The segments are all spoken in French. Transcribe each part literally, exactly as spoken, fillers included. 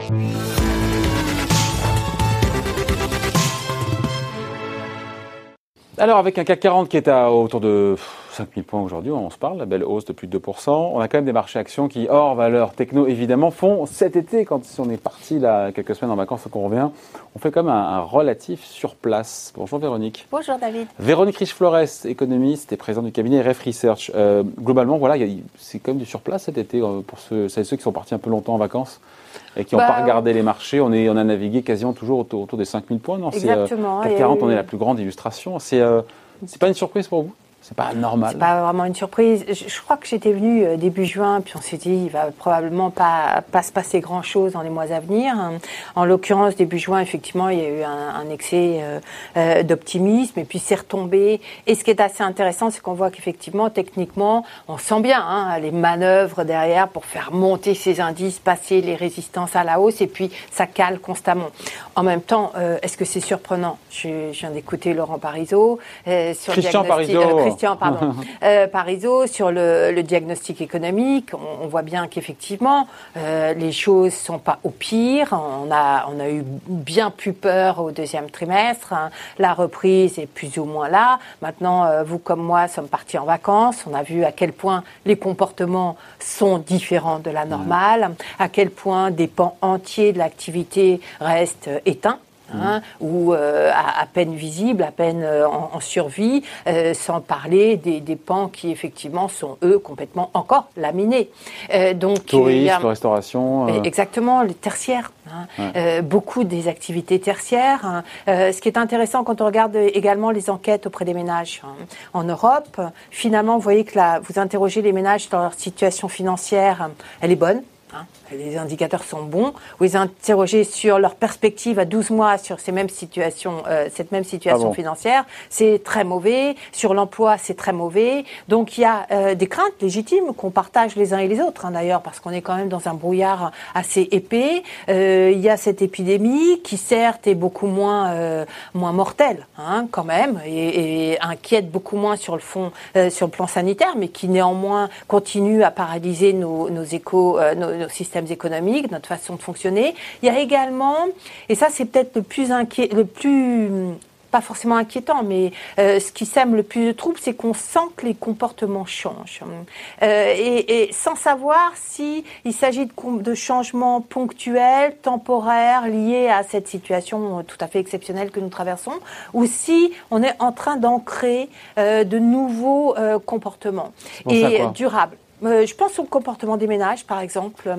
Alors, avec un C A C quarante qui est à autour de cinq mille points aujourd'hui, on se parle, la belle hausse de plus de deux pour cent. On a quand même des marchés actions qui, hors valeur techno, évidemment, font cet été, quand on est parti là, quelques semaines en vacances et qu'on revient, on fait quand même un, un relatif sur place. Bonjour Véronique. Bonjour David. Véronique Riche-Flores, économiste et présidente du cabinet R F Research. Euh, globalement, voilà, y a, c'est quand même du surplace cet été pour ceux, ceux qui sont partis un peu longtemps en vacances et qui n'ont bah, pas regardé les marchés. On, est, on a navigué quasiment toujours autour, autour des cinq mille points. Non, exactement. C'est, euh, C A C quarante, on est la plus grande illustration. C'est, euh, c'est pas une surprise pour vous ? C'est pas normal. C'est pas vraiment une surprise. Je, je crois que j'étais venue euh, début juin, puis on s'est dit il va probablement pas pas se passer grand chose dans les mois à venir. En l'occurrence, début juin, effectivement, il y a eu un, un excès euh, euh, d'optimisme, et puis c'est retombé. Et ce qui est assez intéressant, c'est qu'on voit qu'effectivement, techniquement, on sent bien hein, les manœuvres derrière pour faire monter ces indices, passer les résistances à la hausse, et puis ça cale constamment. En même temps, euh, est-ce que c'est surprenant ? je, je viens d'écouter Laurent Parisot euh, sur Christian le diagnostic. Parisot. Euh, Christian, pardon, euh, Parisot sur le, le diagnostic économique. On, on voit bien qu'effectivement, euh, les choses sont pas au pire. On a, on a eu bien plus peur au deuxième trimestre. Hein. La reprise est plus ou moins là. Maintenant, euh, vous comme moi sommes partis en vacances. On a vu à quel point les comportements sont différents de la normale, à quel point des pans entiers de l'activité restent éteints. Hein, mmh. ou euh, à, à peine visible, à peine euh, en, en survie, euh, sans parler des, des pans qui effectivement sont eux complètement encore laminés. Euh, donc tourisme, y a, restauration. Euh... Exactement, les tertiaires. Hein, ouais. euh, beaucoup des activités tertiaires. Hein, euh, ce qui est intéressant quand on regarde également les enquêtes auprès des ménages hein, en Europe, finalement, vous voyez que là, vous interrogez les ménages dans leur situation financière, elle est bonne. Hein, les indicateurs sont bons. Vous les interrogez sur leur perspective à douze mois sur ces mêmes situations, euh, cette même situation ah bon. financière, c'est très mauvais. Sur l'emploi, c'est très mauvais. Donc il y a euh, des craintes légitimes qu'on partage les uns et les autres, hein, d'ailleurs, parce qu'on est quand même dans un brouillard assez épais. Euh, il y a cette épidémie qui certes est beaucoup moins euh, moins mortelle, hein, quand même, et, et inquiète beaucoup moins sur le fond, euh, sur le plan sanitaire, mais qui néanmoins continue à paralyser nos, nos échos, euh, nos nos systèmes économiques, notre façon de fonctionner. Il y a également, et ça c'est peut-être le plus inquiet, le plus pas forcément inquiétant, mais euh, ce qui sème le plus de troubles, c'est qu'on sent que les comportements changent. Euh, et, et sans savoir si il s'agit de, de changements ponctuels, temporaires, liés à cette situation tout à fait exceptionnelle que nous traversons, ou si on est en train d'ancrer euh, de nouveaux euh, comportements et durables. Euh, je pense au comportement des ménages, par exemple.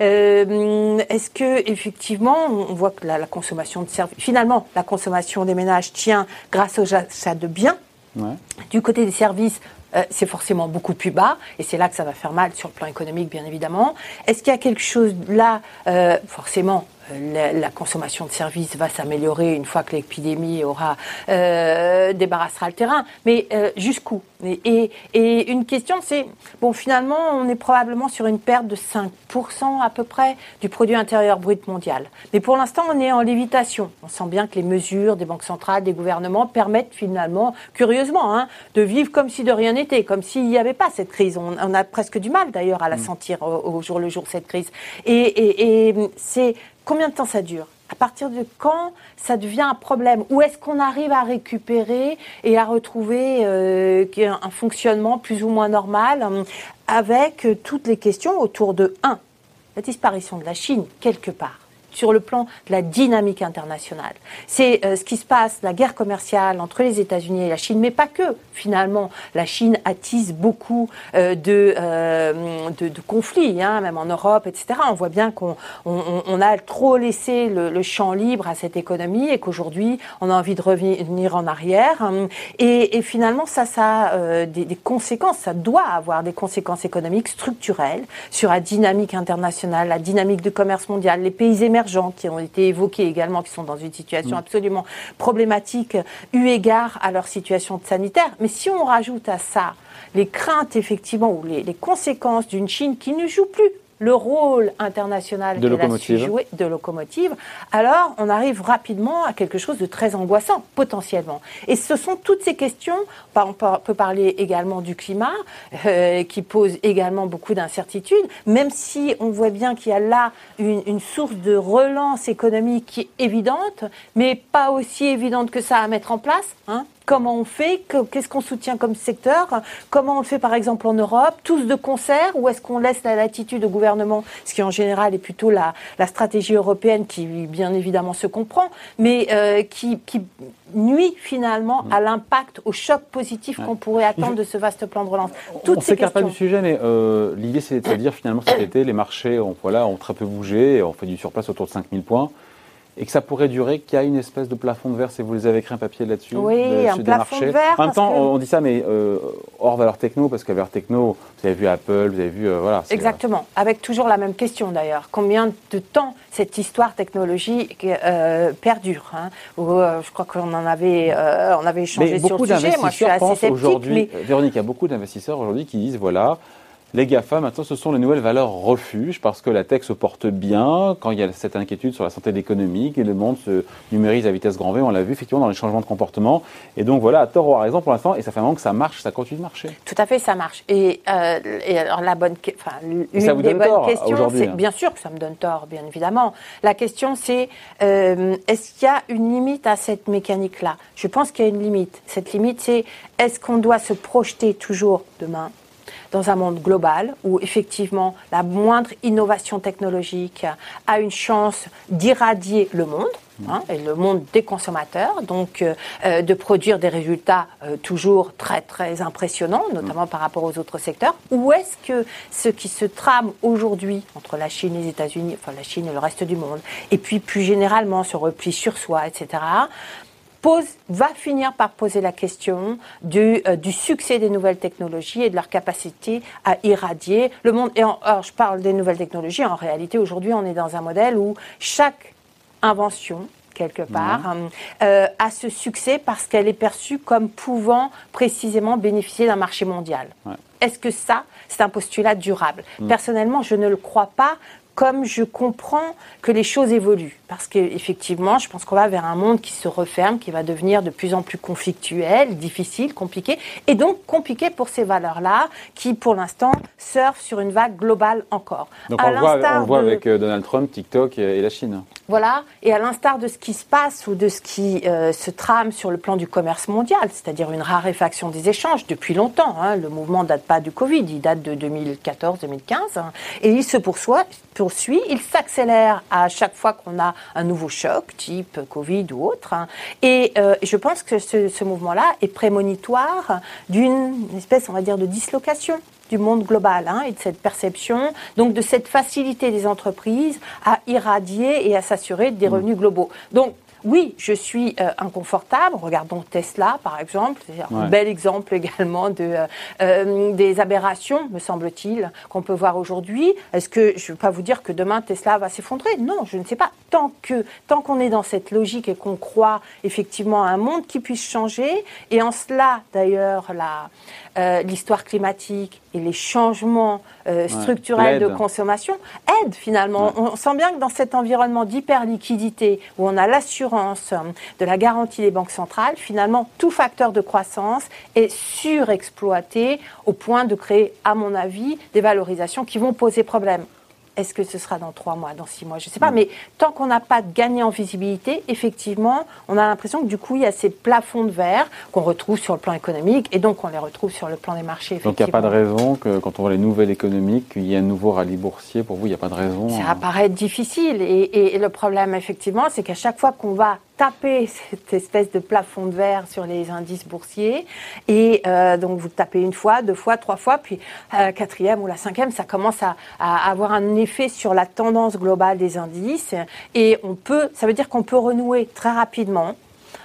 Euh, est-ce que effectivement, on voit que la, la consommation de services, finalement, la consommation des ménages tient grâce aux achats de biens. Ouais. Du côté des services, euh, c'est forcément beaucoup plus bas, et c'est là que ça va faire mal sur le plan économique, bien évidemment. Est-ce qu'il y a quelque chose là, euh, forcément? La, la consommation de services va s'améliorer une fois que l'épidémie aura euh, débarrassera le terrain. Mais euh, jusqu'où ? et, et, et une question, c'est bon, finalement, on est probablement sur une perte de cinq pour cent à peu près du produit intérieur brut mondial. Mais pour l'instant, on est en lévitation. On sent bien que les mesures des banques centrales, des gouvernements permettent finalement, curieusement, hein, de vivre comme si de rien n'était, comme s'il n'y avait pas cette crise. On, on a presque du mal d'ailleurs à la mmh. sentir au, au jour le jour cette crise. Et, et, et c'est combien de temps ça dure ? À partir de quand ça devient un problème ? Ou est-ce qu'on arrive à récupérer et à retrouver euh, un fonctionnement plus ou moins normal euh, avec euh, toutes les questions autour de un, la disparition de la Chine quelque part, sur le plan de la dynamique internationale. C'est euh, ce qui se passe, la guerre commerciale entre les États-Unis et la Chine, mais pas que. Finalement, la Chine attise beaucoup euh, de, euh, de, de conflits, hein, même en Europe, et cetera. On voit bien qu'on on, on a trop laissé le, le champ libre à cette économie et qu'aujourd'hui, on a envie de revenir en arrière. Et, et finalement, ça, ça a euh, des, des conséquences, ça doit avoir des conséquences économiques structurelles sur la dynamique internationale, la dynamique du commerce mondial, les pays émergents qui ont été évoqués également, qui sont dans une situation mmh. absolument problématique eu égard à leur situation sanitaire. Mais si on rajoute à ça les craintes, effectivement, ou les, les conséquences d'une Chine qui ne joue plus le rôle international de qu'elle a su locomotive. jouer, de locomotive, alors on arrive rapidement à quelque chose de très angoissant, potentiellement. Et ce sont toutes ces questions, on peut parler également du climat, euh, qui pose également beaucoup d'incertitudes, même si on voit bien qu'il y a là une, une source de relance économique qui est évidente, mais pas aussi évidente que ça à mettre en place, hein. Comment on fait? Qu'est-ce qu'on soutient comme secteur? Comment on le fait par exemple en Europe? Tous de concert? Ou est-ce qu'on laisse la latitude au gouvernement? Ce qui en général est plutôt la, la stratégie européenne qui bien évidemment se comprend, mais euh, qui, qui nuit finalement à l'impact, au choc positif ouais. qu'on pourrait attendre de ce vaste plan de relance. Toutes on ne s'écarte pas du sujet, mais euh, l'idée c'est de dire finalement cet été, les marchés ont, voilà, ont très peu bougé, on fait du surplace autour de cinq mille points. Et que ça pourrait durer, qu'il y a une espèce de plafond de verre, si vous les avez écrit un papier là-dessus. Oui, de, un plafond marchés. de verre. En même temps, que... on dit ça, mais euh, hors valeur techno, parce qu'à valeur techno, vous avez vu Apple, vous avez vu, euh, voilà. Exactement, avec toujours la même question d'ailleurs. Combien de temps cette histoire technologique euh, perdure, hein, où, euh, je crois qu'on en avait, euh, on avait échangé mais sur le sujet. Moi, je suis assez sceptique. Mais... Véronique, il y a beaucoup d'investisseurs aujourd'hui qui disent, voilà, les GAFA, maintenant, ce sont les nouvelles valeurs refuge parce que la tech se porte bien quand il y a cette inquiétude sur la santé de l'économie et le monde se numérise à vitesse grand V. On l'a vu effectivement dans les changements de comportement. Et donc voilà, à tort ou à raison pour l'instant, et ça fait un moment que ça marche, ça continue de marcher. Tout à fait, ça marche. Et, euh, et alors la bonne, enfin, une ça vous des donne bonnes tort, questions, c'est hein. bien sûr que ça me donne tort, bien évidemment. La question, c'est euh, est-ce qu'il y a une limite à cette mécanique-là? Je pense qu'il y a une limite. Cette limite, c'est est-ce qu'on doit se projeter toujours demain dans un monde global où effectivement la moindre innovation technologique a une chance d'irradier le monde, hein, et le monde des consommateurs, donc euh, de produire des résultats euh, toujours très très impressionnants, notamment par rapport aux autres secteurs, ou est-ce que ce qui se trame aujourd'hui entre la Chine et les États-Unis, enfin la Chine et le reste du monde, et puis plus généralement ce repli sur soi, et cetera, Pose, va finir par poser la question du, euh, du succès des nouvelles technologies et de leur capacité à irradier le monde. Et en, alors, je parle des nouvelles technologies. En réalité, aujourd'hui, on est dans un modèle où chaque invention, quelque part, mmh. euh, a ce succès parce qu'elle est perçue comme pouvant précisément bénéficier d'un marché mondial. Ouais. Est-ce que ça, c'est un postulat durable? mmh. Personnellement, je ne le crois pas. Comme je comprends que les choses évoluent. Parce qu'effectivement, je pense qu'on va vers un monde qui se referme, qui va devenir de plus en plus conflictuel, difficile, compliqué, et donc compliqué pour ces valeurs-là, qui pour l'instant surfent sur une vague globale encore. Donc on le voit, on le voit de... avec Donald Trump, TikTok et la Chine. Voilà, et à l'instar de ce qui se passe ou de ce qui euh, se trame sur le plan du commerce mondial, c'est-à-dire une raréfaction des échanges depuis longtemps. Hein, le mouvement ne date pas du Covid, il date de deux mille quatorze deux mille quinze, hein, et il se poursuit, poursuit, il s'accélère à chaque fois qu'on a un nouveau choc, type Covid ou autre. Hein, et euh, je pense que ce, ce mouvement-là est prémonitoire d'une espèce, on va dire, de dislocation du monde global, hein, et de cette perception, donc de cette facilité des entreprises à irradier et à s'assurer des revenus globaux. Donc, oui, je suis euh, inconfortable. Regardons Tesla, par exemple. C'est un ouais. bel exemple également de, euh, euh, des aberrations, me semble-t-il, qu'on peut voir aujourd'hui. Est-ce que, je ne veux pas vous dire que demain Tesla va s'effondrer? Non, je ne sais pas. Tant que, tant qu'on est dans cette logique et qu'on croit effectivement à un monde qui puisse changer, et en cela, d'ailleurs, la, euh, l'histoire climatique et les changements euh, structurels ouais, de consommation aident finalement. Ouais. On sent bien que dans cet environnement d'hyper-liquidité, où on a l'assurance de la garantie des banques centrales, finalement, tout facteur de croissance est surexploité au point de créer, à mon avis, des valorisations qui vont poser problème. Est-ce que ce sera dans trois mois, dans six mois? Je ne sais pas, mmh. mais tant qu'on n'a pas gagné en visibilité, effectivement, on a l'impression que du coup, il y a ces plafonds de verre qu'on retrouve sur le plan économique et donc on les retrouve sur le plan des marchés. Donc il n'y a pas de raison que quand on voit les nouvelles économiques, qu'il y ait un nouveau rallye boursier. Pour vous, il n'y a pas de raison? Ça hein. paraît difficile. Et, et, et le problème, effectivement, c'est qu'à chaque fois qu'on va taper cette espèce de plafond de verre sur les indices boursiers, et euh, donc vous tapez une fois, deux fois, trois fois, puis euh, quatrième ou la cinquième, ça commence à, à avoir un effet sur la tendance globale des indices, et on peut, ça veut dire qu'on peut renouer très rapidement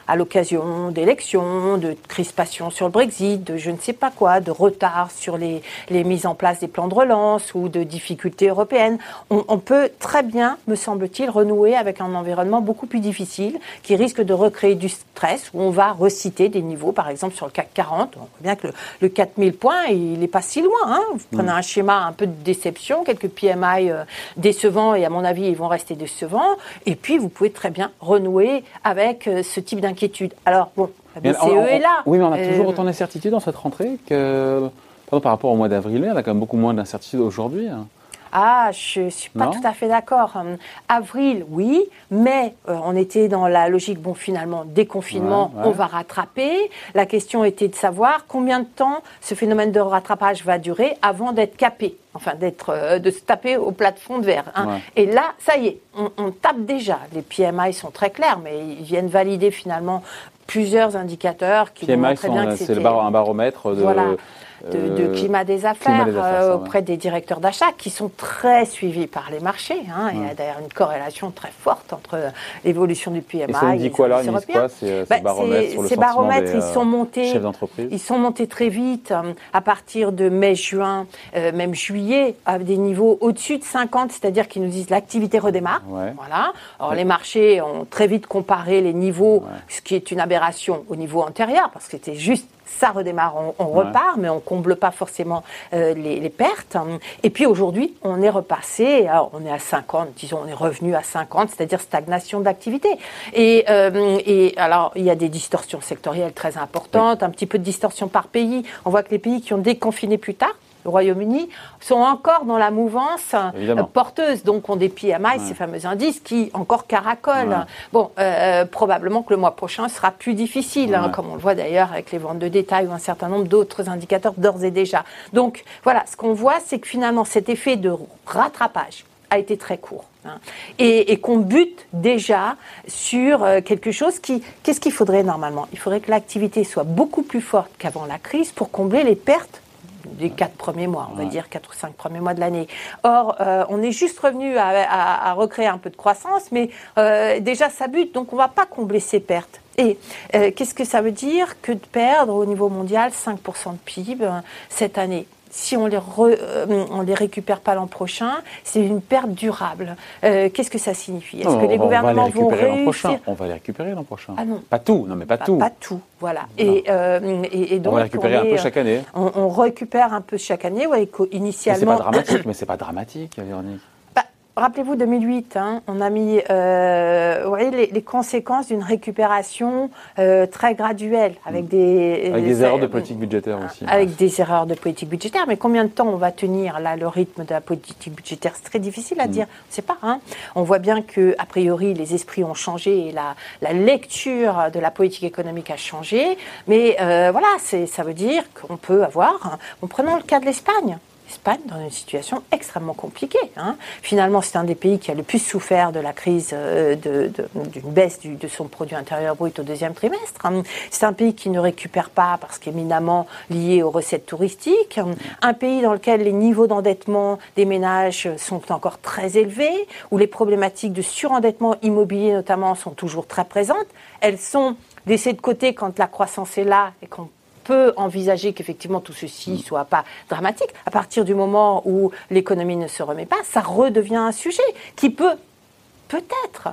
à l'occasion d'élections, de crispations sur le Brexit, de je ne sais pas quoi, de retard sur les, les mises en place des plans de relance ou de difficultés européennes. On, on peut très bien, me semble-t-il, renouer avec un environnement beaucoup plus difficile qui risque de recréer du stress, où on va reciter des niveaux, par exemple sur le C A C quarante. On voit bien que le, le quatre mille points, il n'est pas si loin. Hein. Vous prenez mmh. un schéma un peu de déception, quelques P M I euh, décevants, et à mon avis, ils vont rester décevants. Et puis, vous pouvez très bien renouer avec euh, ce type d'inquiétude. Alors, bon, la B C E on, on, est là. Oui, mais on a euh, toujours autant d'incertitudes dans cette rentrée que, pardon, par rapport au mois d'avril, on a quand même beaucoup moins d'incertitudes aujourd'hui. Hein. Ah, je ne suis pas non. tout à fait d'accord. Euh, avril, oui, mais euh, on était dans la logique, bon, finalement, déconfinement, ouais, ouais. on va rattraper. La question était de savoir combien de temps ce phénomène de rattrapage va durer avant d'être capé, enfin, d'être, euh, de se taper au plafond de verre. Hein. Ouais. Et là, ça y est, on, on tape déjà. Les P M I sont très clairs, mais ils viennent valider finalement plusieurs indicateurs qui P M I montrent très bien que c'est le bar, un baromètre de... Voilà. De, de climat des affaires, climat des affaires euh, auprès ouais. des directeurs d'achat qui sont très suivis par les marchés. Hein. Ouais. Il y a d'ailleurs une corrélation très forte entre l'évolution du P M I et, ça dit quoi là, ils quoi ces, bah, ces baromètres sur le Ces baromètres, des, ils sont montés, chefs d'entreprise. Ils sont montés très vite euh, à partir de mai-juin, euh, même juillet, à des niveaux au-dessus de cinquante, c'est-à-dire qu'ils nous disent l'activité redémarre. Ouais. Voilà. Alors ouais. les marchés ont très vite comparé les niveaux, ouais. ce qui est une aberration au niveau antérieur, parce que c'était juste ça redémarre, on, on ouais. repart, mais on comble pas forcément euh, les, les pertes. Et puis aujourd'hui, on est repassé, alors on est à cinquante, disons, on est revenu à cinquante, c'est-à-dire stagnation d'activité. Et, euh, et alors, il y a des distorsions sectorielles très importantes, oui. un petit peu de distorsion par pays. On voit que les pays qui ont déconfiné plus tard, le Royaume-Uni, sont encore dans la mouvance Évidemment. porteuse, donc ont des P M I, ouais. ces fameux indices, qui encore caracolent. Ouais. Bon, euh, probablement que le mois prochain sera plus difficile, ouais. hein, comme on le voit d'ailleurs avec les ventes de détail ou un certain nombre d'autres indicateurs d'ores et déjà. Donc voilà, ce qu'on voit, c'est que finalement cet effet de rattrapage a été très court. Hein, et, et qu'on bute déjà sur euh, quelque chose qui... Qu'est-ce qu'il faudrait normalement ? Il faudrait que l'activité soit beaucoup plus forte qu'avant la crise pour combler les pertes des quatre premiers mois, on va ouais. dire quatre ou cinq premiers mois de l'année. Or, euh, on est juste revenu à, à, à recréer un peu de croissance, mais euh, déjà ça bute, donc on ne va pas combler ces pertes. Et euh, qu'est-ce que ça veut dire que de perdre au niveau mondial cinq pour cent de P I B euh, cette année ? Si on les re, euh, on les récupère pas l'an prochain, c'est une perte durable. Euh, qu'est-ce que ça signifie ? Est-ce non, que les gouvernements vont réussir ? On va les récupérer l'an prochain. Ah non. Pas tout, non mais pas pas, tout. Pas tout, voilà. Et, euh, et, et donc on va les récupérer on est, un peu chaque année. On, on récupère un peu chaque année, ouais, initialement. Mais c'est pas dramatique, mais c'est pas dramatique, Véronique. Rappelez-vous deux mille huit, hein, on a mis, euh, vous voyez, les, les conséquences d'une récupération euh, très graduelle, avec des avec des erreurs de politique budgétaire aussi. Avec bref. des erreurs de politique budgétaire, mais combien de temps on va tenir là le rythme de la politique budgétaire ? C'est très difficile à mmh. dire. On ne sait pas. Hein. On voit bien que a priori les esprits ont changé et la, la lecture de la politique économique a changé. Mais euh, voilà, c'est, ça veut dire qu'on peut avoir. Bon, prenons le cas de l'Espagne. L'Espagne dans une situation extrêmement compliquée. Hein. Finalement, c'est un des pays qui a le plus souffert de la crise, euh, de, de, d'une baisse du, de son produit intérieur brut au deuxième trimestre. Hein. C'est un pays qui ne récupère pas parce qu'éminemment lié aux recettes touristiques. Un pays dans lequel les niveaux d'endettement des ménages sont encore très élevés, où les problématiques de surendettement immobilier notamment sont toujours très présentes. Elles sont laissées de côté quand la croissance est là et qu'on peut envisager qu'effectivement tout ceci ne soit pas dramatique. À partir du moment où l'économie ne se remet pas, ça redevient un sujet qui peut, peut-être,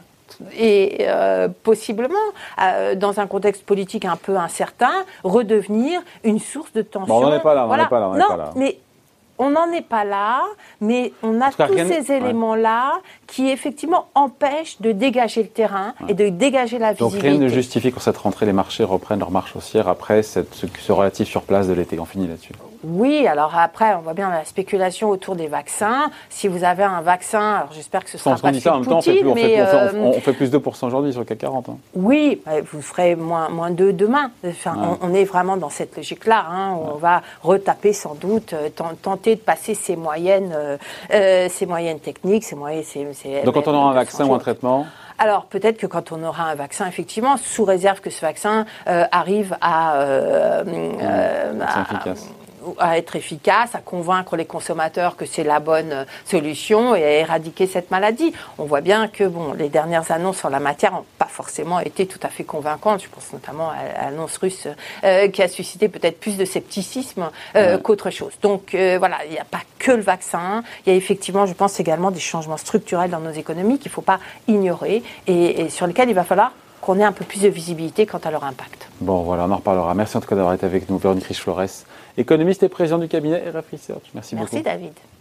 et euh, possiblement, euh, dans un contexte politique un peu incertain, redevenir une source de tension. Bon, on n'en est pas là, on n'en voilà. est pas là. On non, est pas là. mais on n'en est pas là, mais on a tous rien... ces éléments-là ouais. qui, effectivement, empêchent de dégager le terrain ouais. et de dégager la visibilité. Donc rien ne justifie qu'en cette rentrée, les marchés reprennent leur marche haussière après cette, ce, ce relatif surplace de l'été. On finit là-dessus. Oui, alors après, on voit bien la spéculation autour des vaccins. Si vous avez un vaccin, alors j'espère que ce sera on pas dit ça, en même temps, on fait, plus, on, fait, euh, on, fait, on fait plus deux pour cent aujourd'hui sur le C A C quarante. Hein. Oui, vous ferez moins, moins deux demain. Enfin, ouais. on, on est vraiment dans cette logique-là. Hein, où ouais. On va retaper sans doute, tenter de passer ces moyennes, euh, ces moyennes techniques, ces moyennes... Ces, ces Donc quand on aura un vaccin ou un traitement ? Alors peut-être que quand on aura un vaccin, effectivement, sous réserve que ce vaccin euh, arrive à... Euh, euh, à efficace. à être efficace, à convaincre les consommateurs que c'est la bonne solution et à éradiquer cette maladie. On voit bien que bon, les dernières annonces sur la matière n'ont pas forcément été tout à fait convaincantes. Je pense notamment à l'annonce russe euh, qui a suscité peut-être plus de scepticisme euh, ouais. qu'autre chose. Donc euh, voilà, il n'y a pas que le vaccin. Il y a effectivement, je pense également, des changements structurels dans nos économies qu'il ne faut pas ignorer et, et sur lesquels il va falloir qu'on ait un peu plus de visibilité quant à leur impact. Bon, voilà, on en reparlera. Merci en tout cas d'avoir été avec nous. Véronique Riche-Flores, économiste et présidente du cabinet R F Research. Merci, Merci beaucoup. David.